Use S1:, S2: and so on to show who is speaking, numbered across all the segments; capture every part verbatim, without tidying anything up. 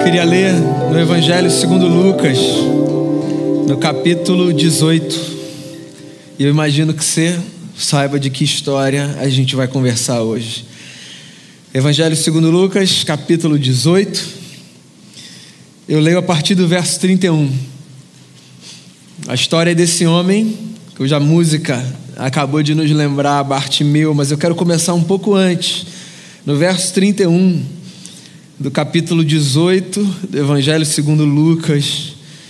S1: Queria ler no Evangelho segundo Lucas, no capítulo dezoito. E eu imagino que você saiba de que história a gente vai conversar hoje. Evangelho segundo Lucas, capítulo dezoito. Eu leio a partir do verso trinta e um. A história desse homem, cuja música acabou de nos lembrar, Bartimeu, mas eu quero começar um pouco antes, no verso trinta e um do capítulo dezoito do Evangelho segundo Lucas.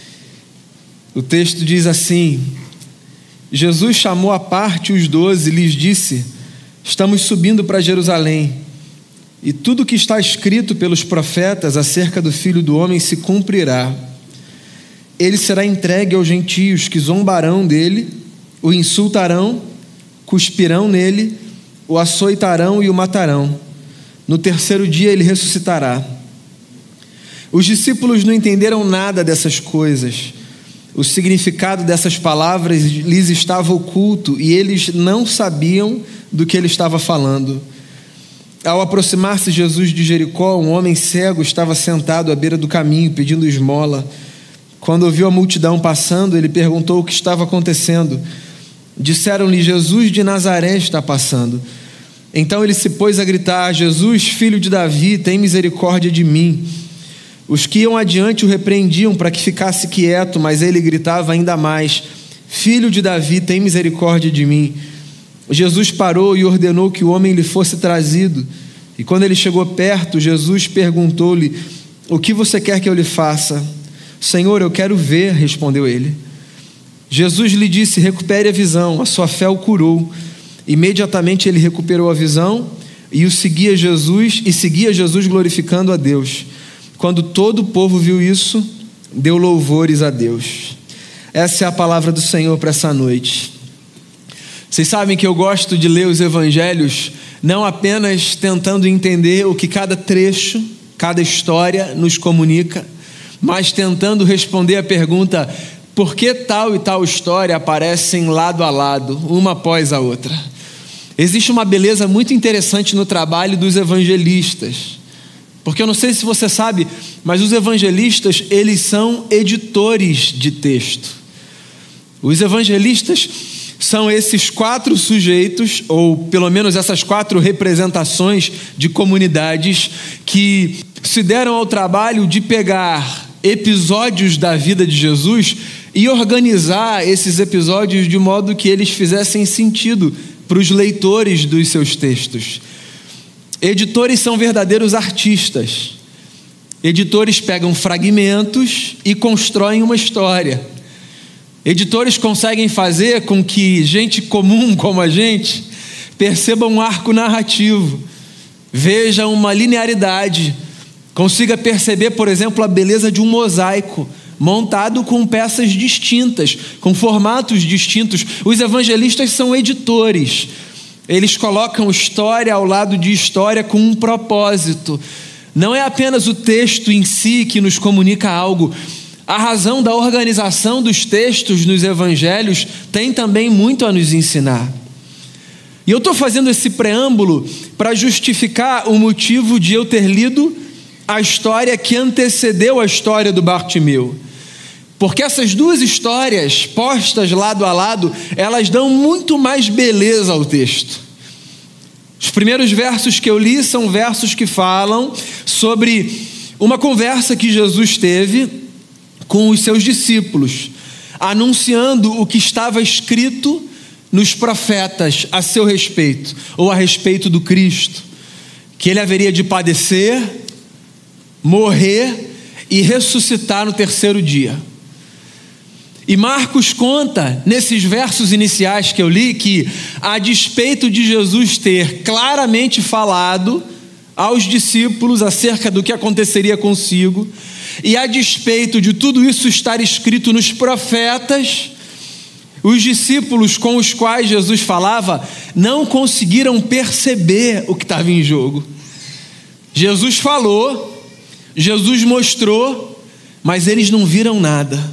S1: O texto diz assim: Jesus chamou à parte os doze e lhes disse: estamos subindo para Jerusalém, e tudo o que está escrito pelos profetas acerca do Filho do Homem se cumprirá. Ele será entregue aos gentios, que zombarão dele, o insultarão, cuspirão nele, o açoitarão e o matarão. No terceiro dia ele ressuscitará. Os discípulos não entenderam nada dessas coisas. O significado dessas palavras lhes estava oculto e eles não sabiam do que ele estava falando. Ao aproximar-se Jesus de Jericó, um homem cego estava sentado à beira do caminho pedindo esmola. Quando ouviu a multidão passando, ele perguntou o que estava acontecendo. Disseram-lhe: Jesus de Nazaré está passando. Então ele se pôs a gritar: Jesus, filho de Davi, tem misericórdia de mim. Os que iam adiante o repreendiam para que ficasse quieto, mas ele gritava ainda mais: Filho de Davi, tem misericórdia de mim. Jesus parou e ordenou que o homem lhe fosse trazido. E quando ele chegou perto, Jesus perguntou-lhe: o que você quer que eu lhe faça? Senhor, eu quero ver, respondeu ele. Jesus lhe disse: recupere a visão, a sua fé o curou. Imediatamente ele recuperou a visão e o seguia Jesus e seguia Jesus glorificando a Deus. Quando todo o povo viu isso, deu louvores a Deus. Essa é a palavra do Senhor para essa noite. Vocês sabem que eu gosto de ler os evangelhos não apenas tentando entender o que cada trecho, cada história nos comunica, mas tentando responder a pergunta: por que tal e tal história aparecem lado a lado, uma após a outra? Existe uma beleza muito interessante no trabalho dos evangelistas, porque eu não sei se você sabe, mas os evangelistas, eles são editores de texto. Os evangelistas são esses quatro sujeitos, ou pelo menos essas quatro representações de comunidades, que se deram ao trabalho de pegar episódios da vida de Jesus e organizar esses episódios de modo que eles fizessem sentido para os leitores dos seus textos. Editores são verdadeiros artistas. Editores pegam fragmentos e constroem uma história. Editores conseguem fazer com que gente comum como a gente perceba um arco narrativo, veja uma linearidade, consiga perceber, por exemplo, a beleza de um mosaico montado com peças distintas, com formatos distintos. Os evangelistas são editores. Eles colocam história ao lado de história com um propósito. Não é apenas o texto em si que nos comunica algo. A razão da organização dos textos nos evangelhos tem também muito a nos ensinar. E eu estou fazendo esse preâmbulo para justificar o motivo de eu ter lido a história que antecedeu a história do Bartimeu. Porque essas duas histórias, postas lado a lado, elas dão muito mais beleza ao texto. Os primeiros versos que eu li são versos que falam sobre uma conversa que Jesus teve com os seus discípulos, anunciando o que estava escrito nos profetas a seu respeito, ou a respeito do Cristo, que ele haveria de padecer, morrer e ressuscitar no terceiro dia. E Marcos conta, nesses versos iniciais que eu li, que a despeito de Jesus ter claramente falado aos discípulos acerca do que aconteceria consigo, e a despeito de tudo isso estar escrito nos profetas, os discípulos com os quais Jesus falava não conseguiram perceber o que estava em jogo. Jesus falou, Jesus mostrou, mas eles não viram nada.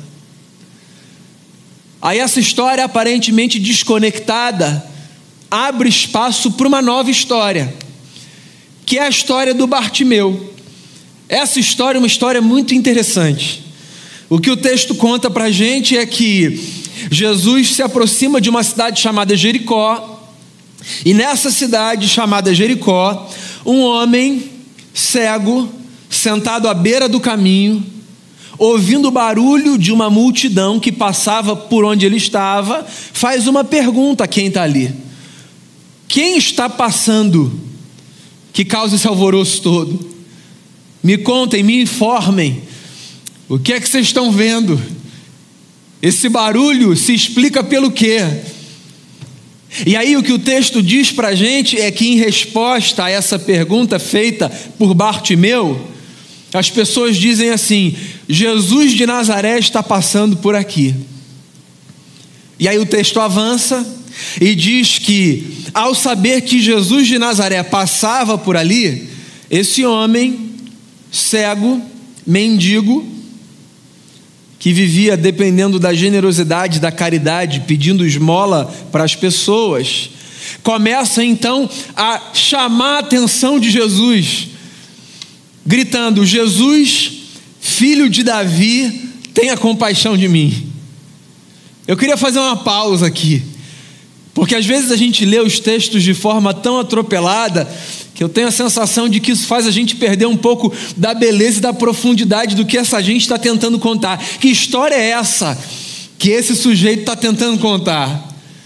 S1: Aí essa história aparentemente desconectada abre espaço para uma nova história, que é a história do Bartimeu. Essa história é uma história muito interessante. O que o texto conta para a gente é que Jesus se aproxima de uma cidade chamada Jericó, e nessa cidade chamada Jericó, um homem cego, sentado à beira do caminho, ouvindo o barulho de uma multidão que passava por onde ele estava, faz uma pergunta a quem está ali: quem está passando que causa esse alvoroço todo? Me contem, me informem, o que é que vocês estão vendo? Esse barulho se explica pelo quê? E aí o que o texto diz para a gente é que, em resposta a essa pergunta feita por Bartimeu, as pessoas dizem assim: Jesus de Nazaré está passando por aqui. E aí o texto avança e diz que, ao saber que Jesus de Nazaré passava por ali, esse homem cego, mendigo, que vivia dependendo da generosidade, da caridade, pedindo esmola para as pessoas, começa então a chamar a atenção de Jesus, gritando: Jesus, filho de Davi, tenha compaixão de mim. Eu queria fazer uma pausa aqui, porque às vezes a gente lê os textos de forma tão atropelada que eu tenho a sensação de que isso faz a gente perder um pouco da beleza e da profundidade do que essa gente está tentando contar. Que história é essa que esse sujeito está tentando contar?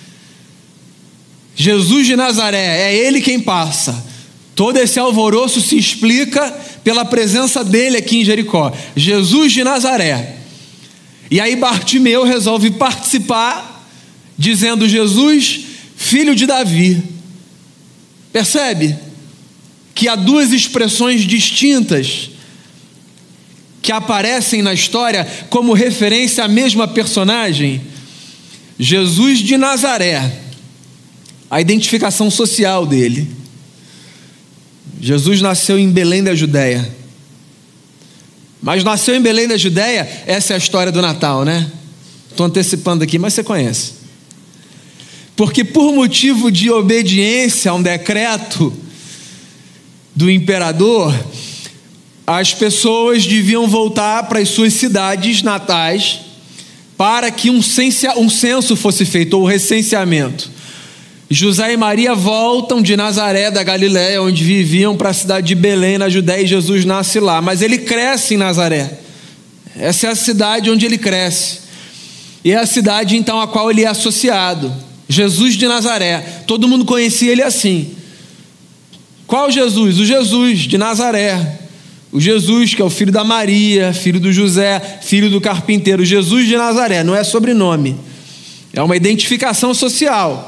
S1: Jesus de Nazaré, é ele quem passa. Todo esse alvoroço se explica pela presença dele aqui em Jericó. Jesus de Nazaré. E aí Bartimeu resolve participar, dizendo: Jesus, filho de Davi. Percebe que há duas expressões distintas que aparecem na história como referência à mesma personagem? Jesus de Nazaré, a identificação social dele. Jesus nasceu em Belém da Judéia. Mas nasceu em Belém da Judéia, essa é a história do Natal, né? Estou antecipando aqui, mas você conhece. Porque por motivo de obediência a um decreto do imperador, as pessoas deviam voltar para as suas cidades natais para que um censo fosse feito, ou recenseamento. José e Maria voltam de Nazaré da Galiléia, onde viviam, para a cidade de Belém, na Judéia, e Jesus nasce lá. Mas ele cresce em Nazaré. Essa é a cidade onde ele cresce. E é a cidade, então, a qual ele é associado. Jesus de Nazaré. Todo mundo conhecia ele assim. Qual Jesus? O Jesus de Nazaré. O Jesus que é o filho da Maria, filho do José, filho do carpinteiro. Jesus de Nazaré, não é sobrenome. É uma identificação social.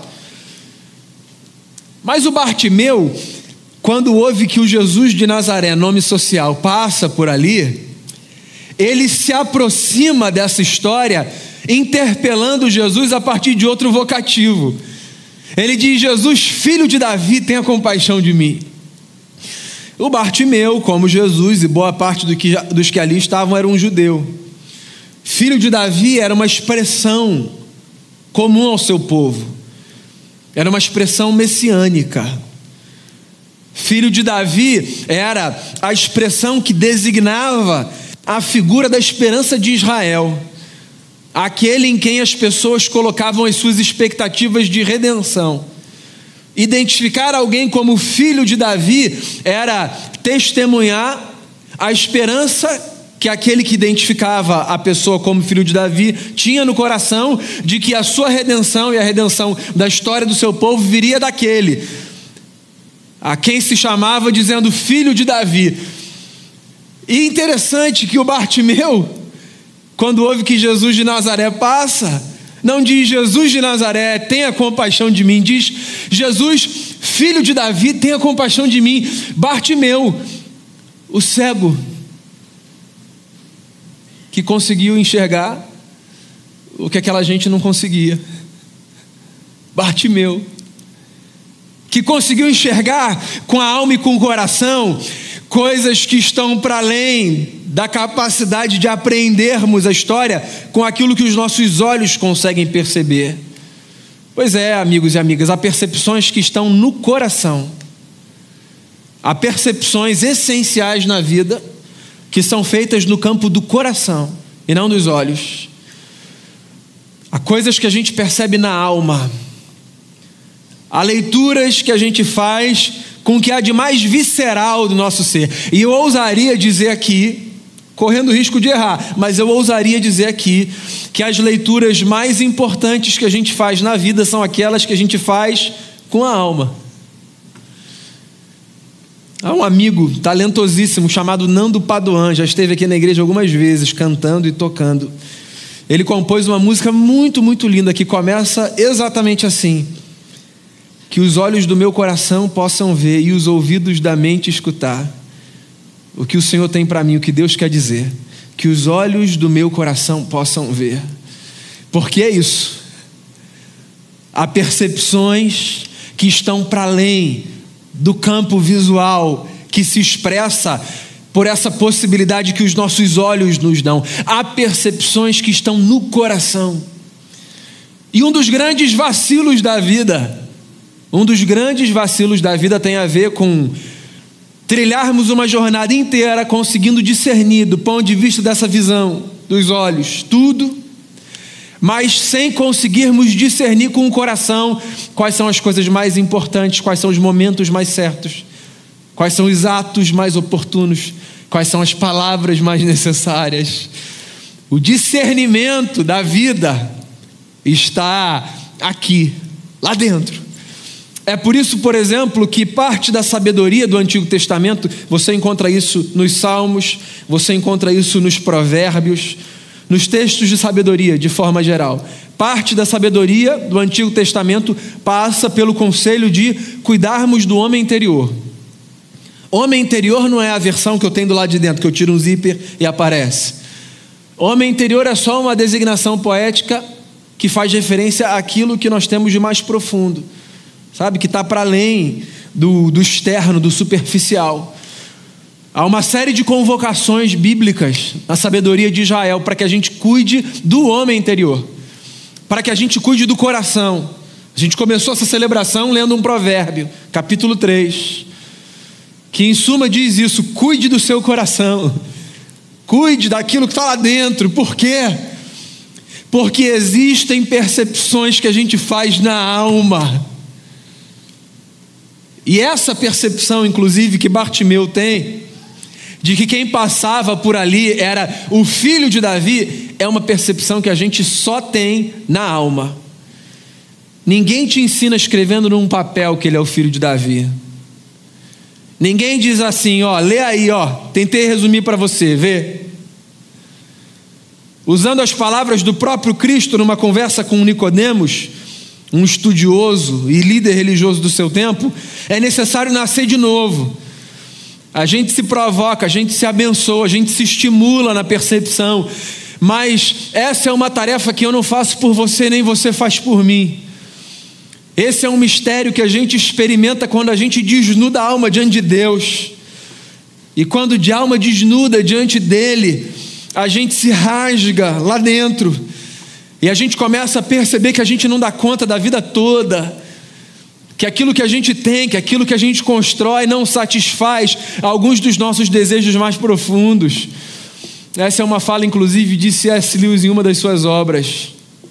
S1: Mas o Bartimeu, quando ouve que o Jesus de Nazaré, nome social, passa por ali, ele se aproxima dessa história interpelando Jesus a partir de outro vocativo. Ele diz: Jesus, filho de Davi, tenha compaixão de mim. O Bartimeu, como Jesus e boa parte do que, dos que ali estavam, era um judeu. Filho de Davi era uma expressão comum ao seu povo. Era uma expressão messiânica. Filho de Davi era a expressão que designava a figura da esperança de Israel, aquele em quem as pessoas colocavam as suas expectativas de redenção. Identificar alguém como filho de Davi era testemunhar a esperança que aquele que identificava a pessoa como filho de Davi tinha no coração, de que a sua redenção e a redenção da história do seu povo viria daquele a quem se chamava dizendo filho de Davi. E interessante que o Bartimeu, quando ouve que Jesus de Nazaré passa, não diz: Jesus de Nazaré, tenha compaixão de mim. Diz: Jesus, filho de Davi, tenha compaixão de mim. Bartimeu, o cego, que conseguiu enxergar o que aquela gente não conseguia. Bartimeu, que conseguiu enxergar com a alma e com o coração coisas que estão para além da capacidade de apreendermos a história com aquilo que os nossos olhos conseguem perceber. Pois é, amigos e amigas, há percepções que estão no coração. Há percepções essenciais na vida que são feitas no campo do coração e não dos olhos. Há coisas que a gente percebe na alma. Há leituras que a gente faz com o que há de mais visceral do nosso ser. E eu ousaria dizer aqui, correndo o risco de errar, mas eu ousaria dizer aqui que as leituras mais importantes que a gente faz na vida são aquelas que a gente faz com a alma. Há um amigo talentosíssimo chamado Nando Paduan, já esteve aqui na igreja algumas vezes, cantando e tocando. Ele compôs uma música muito, muito linda, que começa exatamente assim: que os olhos do meu coração possam ver e os ouvidos da mente escutar o que o Senhor tem para mim, o que Deus quer dizer. Que os olhos do meu coração possam ver. Porque é isso. Há percepções que estão para além do campo visual, que se expressa por essa possibilidade que os nossos olhos nos dão. Há percepções que estão no coração. E um dos grandes vacilos da vida, um dos grandes vacilos da vida tem a ver com trilharmos uma jornada inteira conseguindo discernir do ponto de vista dessa visão, dos olhos, tudo, mas sem conseguirmos discernir com o coração quais são as coisas mais importantes, quais são os momentos mais certos, quais são os atos mais oportunos, quais são as palavras mais necessárias. O discernimento da vida está aqui, lá dentro. É por isso, por exemplo, que parte da sabedoria do Antigo Testamento, você encontra isso nos Salmos, você encontra isso nos Provérbios, nos textos de sabedoria, de forma geral. Parte da sabedoria do Antigo Testamento passa pelo conselho de cuidarmos do homem interior. Homem interior não é a versão que eu tenho do lado de dentro, que eu tiro um zíper e aparece. Homem interior é só uma designação poética que faz referência àquilo que nós temos de mais profundo, sabe? Que está para além do, do externo, do superficial. Há uma série de convocações bíblicas na sabedoria de Israel para que a gente cuide do homem interior, para que a gente cuide do coração. A gente começou essa celebração lendo um provérbio, capítulo três, que em suma diz isso: cuide do seu coração, cuide daquilo que está lá dentro. Por quê? Porque existem percepções que a gente faz na alma. E essa percepção, inclusive, que Bartimeu tem, de que quem passava por ali era o filho de Davi, é uma percepção que a gente só tem na alma. Ninguém te ensina escrevendo num papel que ele é o filho de Davi. Ninguém diz assim, ó, lê aí, ó, tentei resumir para você, vê. Usando as palavras do próprio Cristo numa conversa com Nicodemos, um estudioso e líder religioso do seu tempo, é necessário nascer de novo. A gente se provoca, a gente se abençoa, a gente se estimula na percepção, mas essa é uma tarefa que eu não faço por você, nem você faz por mim. Esse é um mistério que a gente experimenta quando a gente desnuda a alma diante de Deus. E quando de alma desnuda diante dele, a gente se rasga lá dentro. E a gente começa a perceber que a gente não dá conta da vida toda, que aquilo que a gente tem, que aquilo que a gente constrói não satisfaz alguns dos nossos desejos mais profundos. Essa é uma fala, inclusive, de C S Lewis em uma das suas obras.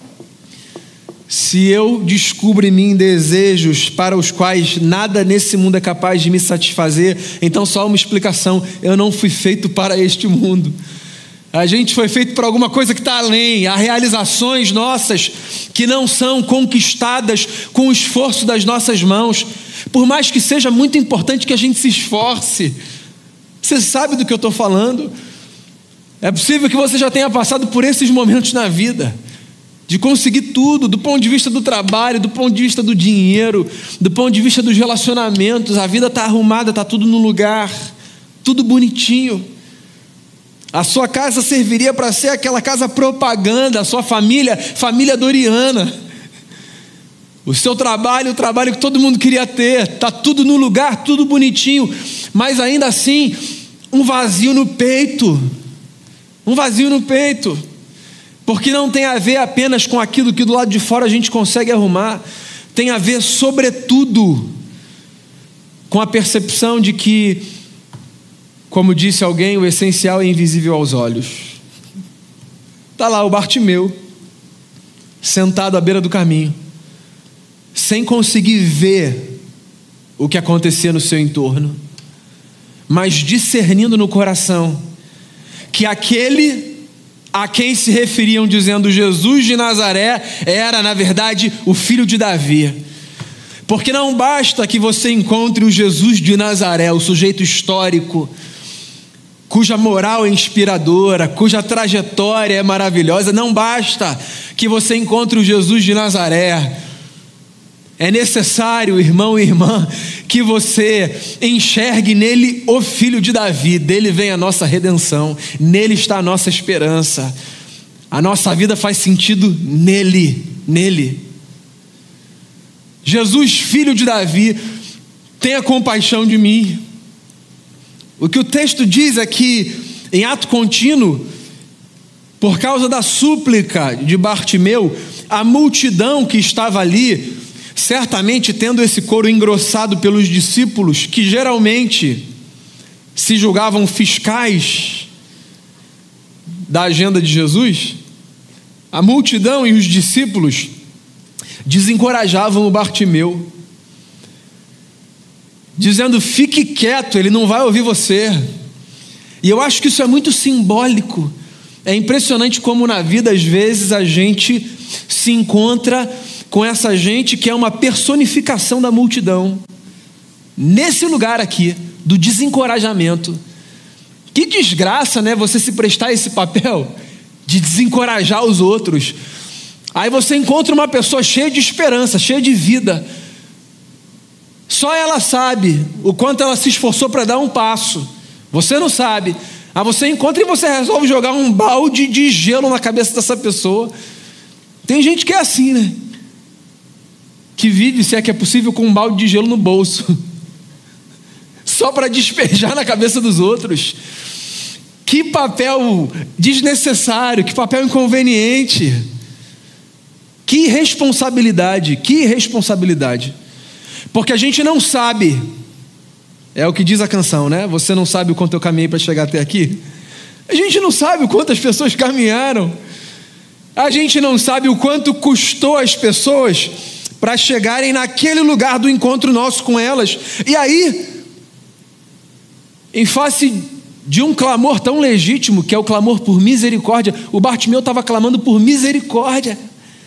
S1: Se eu descubro em mim desejos para os quais nada nesse mundo é capaz de me satisfazer, então só uma explicação: eu não fui feito para este mundo. A gente foi feito para alguma coisa que está além. Há realizações nossas que não são conquistadas com o esforço das nossas mãos, por mais que seja muito importante que a gente se esforce. Você sabe do que eu estou falando? É possível que você já tenha passado por esses momentos na vida, de conseguir tudo, do ponto de vista do trabalho, do ponto de vista do dinheiro, do ponto de vista dos relacionamentos. A vida está arrumada, está tudo no lugar, tudo bonitinho. A sua casa serviria para ser aquela casa propaganda, a sua família, família doriana. O seu trabalho, o trabalho que todo mundo queria ter, está tudo no lugar, tudo bonitinho, mas ainda assim, um vazio no peito, um vazio no peito, porque não tem a ver apenas com aquilo que do lado de fora a gente consegue arrumar, tem a ver sobretudo com a percepção de que Como disse alguém, o essencial é invisível aos olhos. Está lá o Bartimeu, sentado à beira do caminho, sem conseguir ver o que acontecia no seu entorno, mas discernindo no coração que aquele a quem se referiam dizendo Jesus de Nazaré era, na verdade, o filho de Davi. Porque não basta que você encontre o Jesus de Nazaré, o sujeito histórico, cuja moral é inspiradora, cuja trajetória é maravilhosa. Não basta que você encontre o Jesus de Nazaré. É necessário, irmão e irmã, que você enxergue nele o filho de Davi. Dele vem a nossa redenção, nele está a nossa esperança. A nossa vida faz sentido nele, nele. Jesus, filho de Davi, tenha compaixão de mim. O que o texto diz é que, em ato contínuo, por causa da súplica de Bartimeu, a multidão que estava ali, certamente tendo esse coro engrossado pelos discípulos, que geralmente se julgavam fiscais da agenda de Jesus, a multidão e os discípulos desencorajavam o Bartimeu, dizendo: fique quieto, ele não vai ouvir você. E eu acho que isso é muito simbólico. É impressionante como na vida às vezes a gente se encontra com essa gente que é uma personificação da multidão, nesse lugar aqui do desencorajamento. Que desgraça, né, você se prestar esse papel de desencorajar os outros. Aí você encontra uma pessoa cheia de esperança, cheia de vida, só ela sabe o quanto ela se esforçou para dar um passo, você não sabe. Aí você encontra e você resolve jogar um balde de gelo na cabeça dessa pessoa. Tem gente que é assim, né, que vive, se é que é possível, com um balde de gelo no bolso, só para despejar na cabeça dos outros. Que papel desnecessário, que papel inconveniente, que irresponsabilidade, que irresponsabilidade, porque a gente não sabe, é o que diz a canção, né? Você não sabe o quanto eu caminhei para chegar até aqui. A gente não sabe o quanto as pessoas caminharam, a gente não sabe o quanto custou às pessoas para chegarem naquele lugar do encontro nosso com elas. E aí, em face de um clamor tão legítimo, que é o clamor por misericórdia, o Bartimeu estava clamando por misericórdia.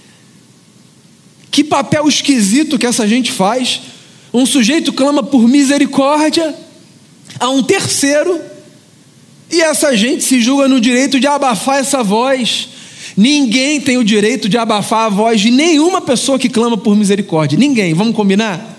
S1: Que papel esquisito que essa gente faz. Um sujeito clama por misericórdia a um terceiro, e essa gente se julga no direito de abafar essa voz. Ninguém tem o direito de abafar a voz de nenhuma pessoa que clama por misericórdia. Ninguém, vamos combinar?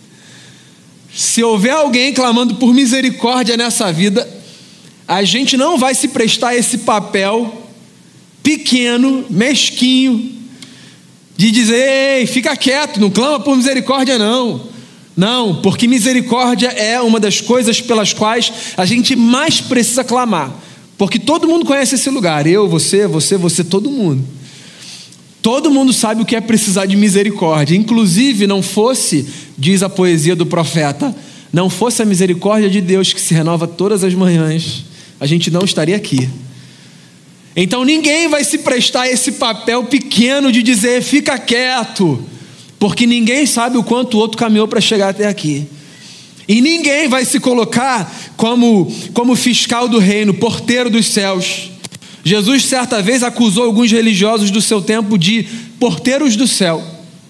S1: Se houver alguém clamando por misericórdia nessa vida, a gente não vai se prestar a esse papel pequeno, mesquinho, de dizer: ei, fica quieto, não clama por misericórdia não. Não, porque misericórdia é uma das coisas pelas quais a gente mais precisa clamar. Porque todo mundo conhece esse lugar, eu, você, você, você, todo mundo. Todo mundo sabe o que é precisar de misericórdia. Inclusive, não fosse, diz a poesia do profeta, não fosse a misericórdia de Deus que se renova todas as manhãs, a gente não estaria aqui. Então ninguém vai se prestar a esse papel pequeno de dizer: fica quieto, porque ninguém sabe o quanto o outro caminhou para chegar até aqui. E ninguém vai se colocar como, como fiscal do reino, porteiro dos céus. Jesus certa vez acusou alguns religiosos do seu tempo de porteiros do céu.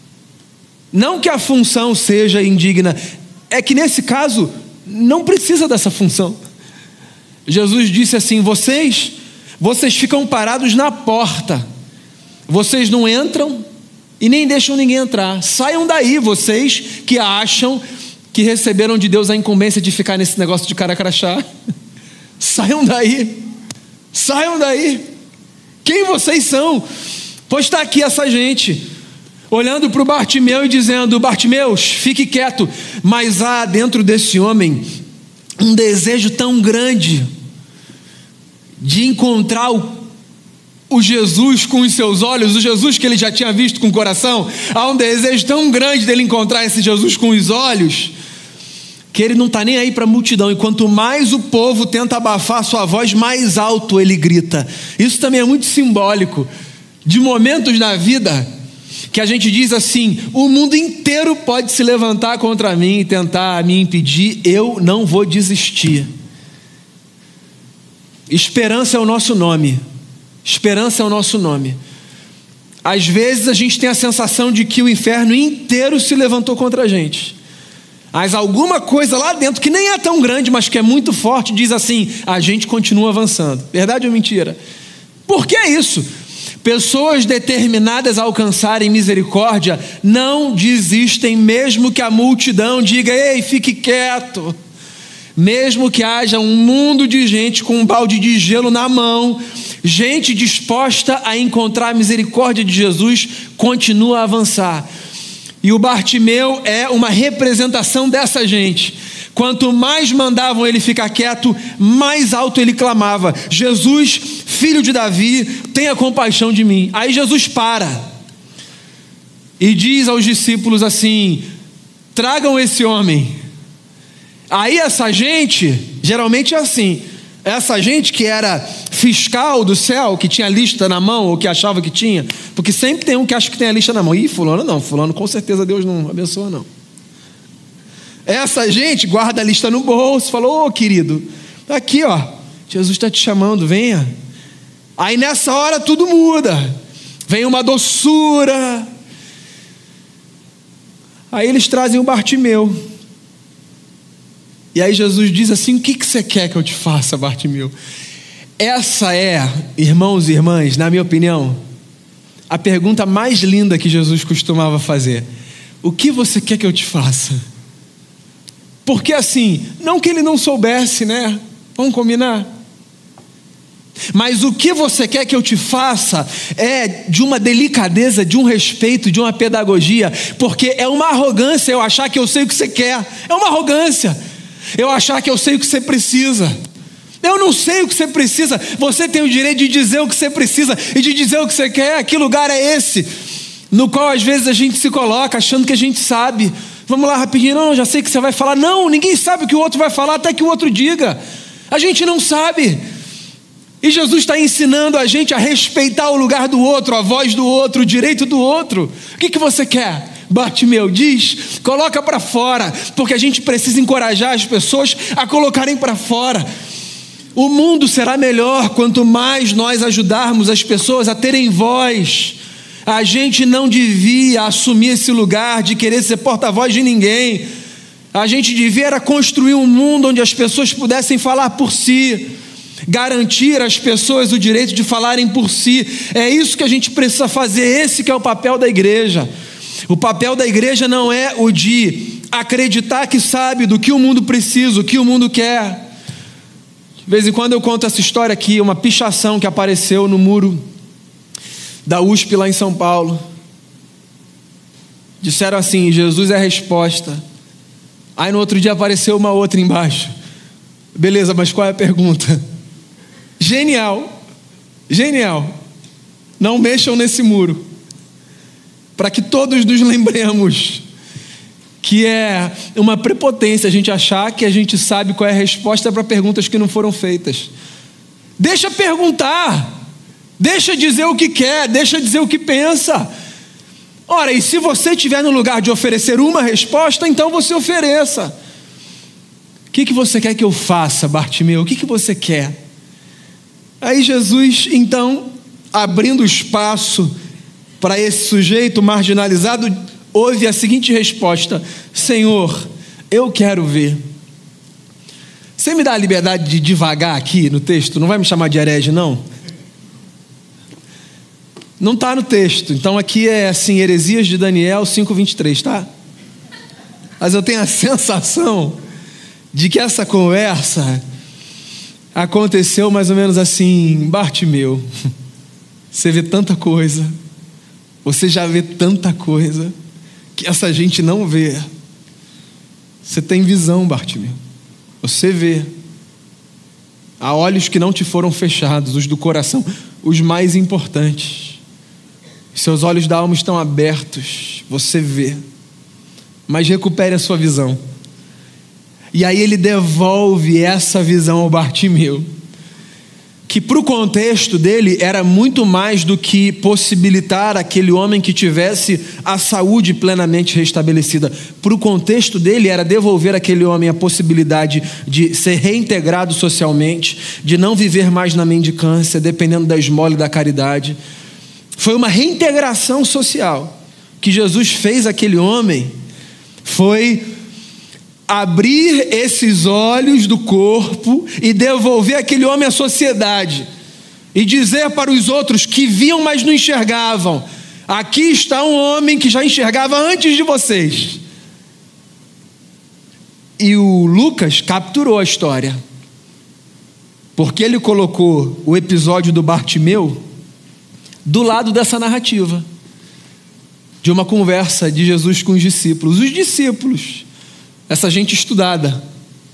S1: Não que a função seja indigna, é que nesse caso não precisa dessa função. Jesus disse assim: vocês, vocês ficam parados na porta, vocês não entram e nem deixam ninguém entrar. Saiam daí, vocês que acham que receberam de Deus a incumbência de ficar nesse negócio de cara crachá. Saiam daí, saiam daí. Quem vocês são? Pois está aqui essa gente olhando para o Bartimeu e dizendo: Bartimeus, fique quieto. Mas há dentro desse homem um desejo tão grande de encontrar o o Jesus com os seus olhos, o Jesus que ele já tinha visto com o coração. Há um desejo tão grande dele encontrar esse Jesus com os olhos, que ele não está nem aí para a multidão, e quanto mais o povo tenta abafar sua voz, mais alto ele grita. Isso também é muito simbólico de momentos na vida que a gente diz assim: o mundo inteiro pode se levantar contra mim e tentar me impedir, eu não vou desistir. Esperança é o nosso nome. Esperança é o nosso nome. Às vezes a gente tem a sensação de que o inferno inteiro se levantou contra a gente, mas alguma coisa lá dentro, que nem é tão grande, mas que é muito forte, diz assim: a gente continua avançando. Verdade ou mentira? Por que isso? Pessoas determinadas a alcançarem misericórdia não desistem, mesmo que a multidão diga: ei, fique quieto. Mesmo que haja um mundo de gente com um balde de gelo na mão, gente disposta a encontrar a misericórdia de Jesus continua a avançar. E o Bartimeu é uma representação dessa gente. Quanto mais mandavam ele ficar quieto, mais alto ele clamava: Jesus, filho de Davi, tenha compaixão de mim. Aí Jesus para e diz aos discípulos assim: tragam esse homem. Aí essa gente, geralmente é assim, essa gente que era fiscal do céu, que tinha lista na mão, ou que achava que tinha, porque sempre tem um que acha que tem a lista na mão. Ih, fulano não, fulano com certeza Deus não abençoa não. Essa gente guarda a lista no bolso, falou: ô oh, querido, aqui ó, Jesus está te chamando, venha. Aí nessa hora tudo muda, vem uma doçura. Aí eles trazem o Bartimeu. E aí Jesus diz assim: o que, que você quer que eu te faça, Bartimeu? Essa é, irmãos e irmãs, na minha opinião, a pergunta mais linda que Jesus costumava fazer. O que você quer que eu te faça? Porque assim, não que ele não soubesse, né? Vamos combinar? Mas o que você quer que eu te faça é de uma delicadeza, de um respeito, de uma pedagogia, porque é uma arrogância eu achar que eu sei o que você quer. É uma arrogância eu achar que eu sei o que você precisa. Eu não sei o que você precisa. Você tem o direito de dizer o que você precisa e de dizer o que você quer. Que lugar é esse no qual às vezes a gente se coloca achando que a gente sabe? Vamos lá rapidinho. Não, já sei o que você vai falar. Não, ninguém sabe o que o outro vai falar até que o outro diga. A gente não sabe. E Jesus está ensinando a gente a respeitar o lugar do outro, a voz do outro, o direito do outro. O que, que você quer? Bartimeu diz: coloca para fora, porque a gente precisa encorajar as pessoas a colocarem para fora. O mundo será melhor quanto mais nós ajudarmos as pessoas a terem voz. A gente não devia assumir esse lugar de querer ser porta-voz de ninguém. A gente devia era construir um mundo onde as pessoas pudessem falar por si, garantir às pessoas o direito de falarem por si. É isso que a gente precisa fazer. Esse que é o papel da igreja. O papel da igreja não é o de acreditar que sabe do que o mundo precisa, o que o mundo quer. De vez em quando eu conto essa história aqui, uma pichação que apareceu no muro da U S P lá em São Paulo. Disseram assim: Jesus é a resposta. Aí no outro dia apareceu uma outra embaixo. Beleza, mas qual é a pergunta? Genial, genial. Não mexam nesse muro, para que todos nos lembremos que é uma prepotência a gente achar que a gente sabe qual é a resposta para perguntas que não foram feitas. Deixa perguntar, deixa dizer o que quer, deixa dizer o que pensa. Ora, e se você estiver no lugar de oferecer uma resposta, então você ofereça. O que, que você quer que eu faça, Bartimeu? O que, que você quer? Aí Jesus, então, abrindo espaço para esse sujeito marginalizado, ouve a seguinte resposta: Senhor, eu quero ver. Você me dá a liberdade de divagar aqui no texto? Não vai me chamar de herege, não? Não está no texto. Então aqui é assim, Heresias de Daniel cinco, vinte e três, tá? Mas eu tenho a sensação de que essa conversa aconteceu mais ou menos assim: Bartimeu, você vê tanta coisa, você já vê tanta coisa que essa gente não vê. Você tem visão, Bartimeu, você vê. Há olhos que não te foram fechados, os do coração, os mais importantes. Seus olhos da alma estão abertos, você vê. Mas recupere a sua visão. E aí ele devolve essa visão ao Bartimeu, que para o contexto dele era muito mais do que possibilitar aquele homem que tivesse a saúde plenamente restabelecida. Para o contexto dele era devolver aquele homem a possibilidade de ser reintegrado socialmente, de não viver mais na mendicância, dependendo da esmola e da caridade. Foi uma reintegração social que Jesus fez àquele homem, foi abrir esses olhos do corpo e devolver aquele homem à sociedade e dizer para os outros que viam, mas não enxergavam: aqui está um homem que já enxergava antes de vocês. E o Lucas capturou a história, porque ele colocou o episódio do Bartimeu do lado dessa narrativa, de uma conversa de Jesus com os discípulos. Os discípulos, essa gente estudada,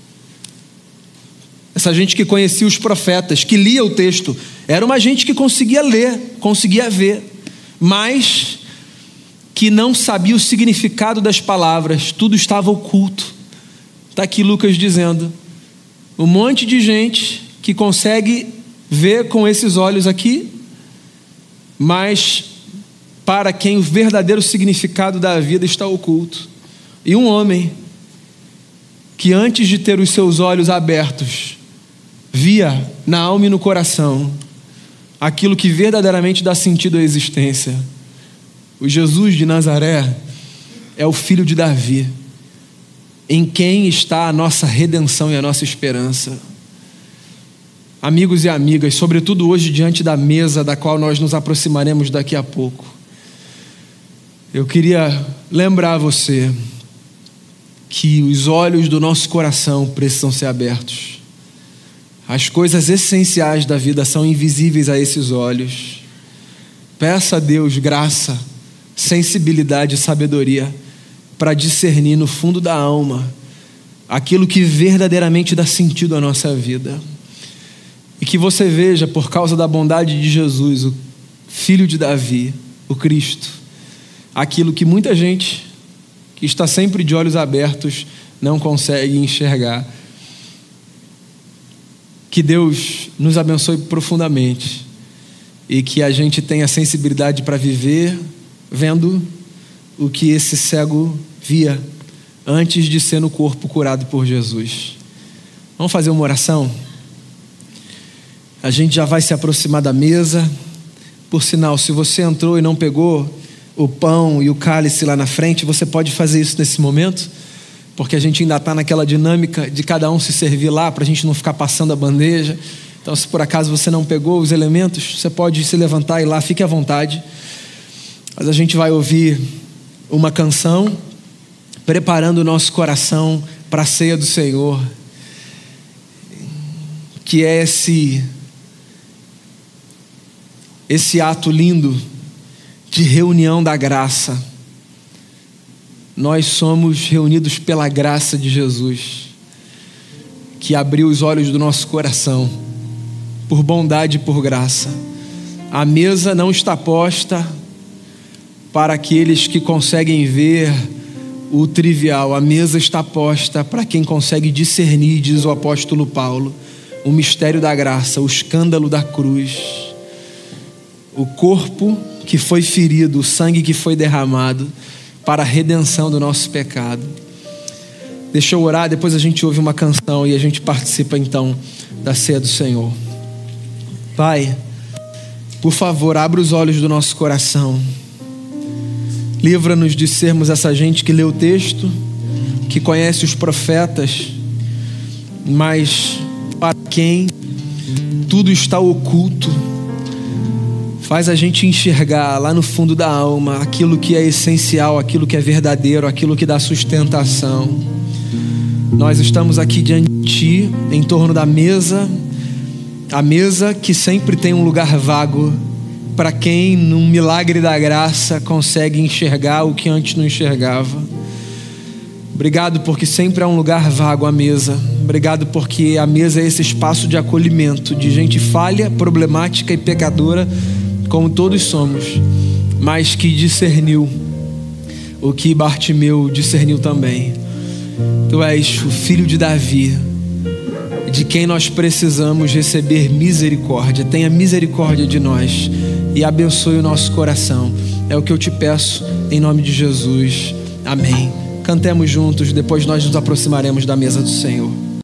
S1: essa gente que conhecia os profetas, que lia o texto, era uma gente que conseguia ler, conseguia ver, mas que não sabia o significado das palavras, tudo estava oculto. Está aqui Lucas dizendo, um monte de gente que consegue ver com esses olhos aqui, mas para quem o verdadeiro significado da vida está oculto. E um homem que antes de ter os seus olhos abertos, via na alma e no coração aquilo que verdadeiramente dá sentido à existência. O Jesus de Nazaré é o filho de Davi, em quem está a nossa redenção e a nossa esperança. Amigos e amigas, sobretudo hoje diante da mesa da qual nós nos aproximaremos daqui a pouco, eu queria lembrar você que os olhos do nosso coração precisam ser abertos. As coisas essenciais da vida são invisíveis a esses olhos. Peça a Deus graça, sensibilidade e sabedoria para discernir no fundo da alma aquilo que verdadeiramente dá sentido à nossa vida. E que você veja, por causa da bondade de Jesus, o Filho de Davi, o Cristo, aquilo que muita gente que está sempre de olhos abertos não consegue enxergar. Que Deus nos abençoe profundamente e que a gente tenha sensibilidade para viver vendo o que esse cego via antes de ser no corpo curado por Jesus. Vamos fazer uma oração? A gente já vai se aproximar da mesa. Por sinal, se você entrou e não pegou o pão e o cálice lá na frente, você pode fazer isso nesse momento, porque a gente ainda está naquela dinâmica de cada um se servir lá, para a gente não ficar passando a bandeja. Então, se por acaso você não pegou os elementos, você pode se levantar e ir lá, fique à vontade. Mas a gente vai ouvir uma canção, preparando o nosso coração para a ceia do Senhor, que é esse, esse ato lindo de reunião da graça. Nós somos reunidos pela graça de Jesus, que abriu os olhos do nosso coração, por bondade e por graça. A mesa não está posta para aqueles que conseguem ver o trivial. A mesa está posta para quem consegue discernir, diz o apóstolo Paulo, o mistério da graça, o escândalo da cruz, o corpo que foi ferido, o sangue que foi derramado para a redenção do nosso pecado. Deixa eu orar, depois a gente ouve uma canção e a gente participa então da ceia do Senhor. Pai, por favor, abra os olhos do nosso coração. Livra-nos de sermos essa gente que lê o texto, que conhece os profetas, mas para quem tudo está oculto. Faz a gente enxergar lá no fundo da alma aquilo que é essencial, aquilo que é verdadeiro, aquilo que dá sustentação. Nós estamos aqui diante de Ti, em torno da mesa, a mesa que sempre tem um lugar vago para quem, num milagre da graça, consegue enxergar o que antes não enxergava. Obrigado porque sempre há um lugar vago à mesa. Obrigado porque a mesa é esse espaço de acolhimento de gente falha, problemática e pecadora, como todos somos, mas que discerniu o que Bartimeu discerniu também. Tu és o filho de Davi, de quem nós precisamos receber misericórdia. Tenha misericórdia de nós e abençoe o nosso coração. É o que eu te peço em nome de Jesus. Amém. Cantemos juntos, depois nós nos aproximaremos da mesa do Senhor.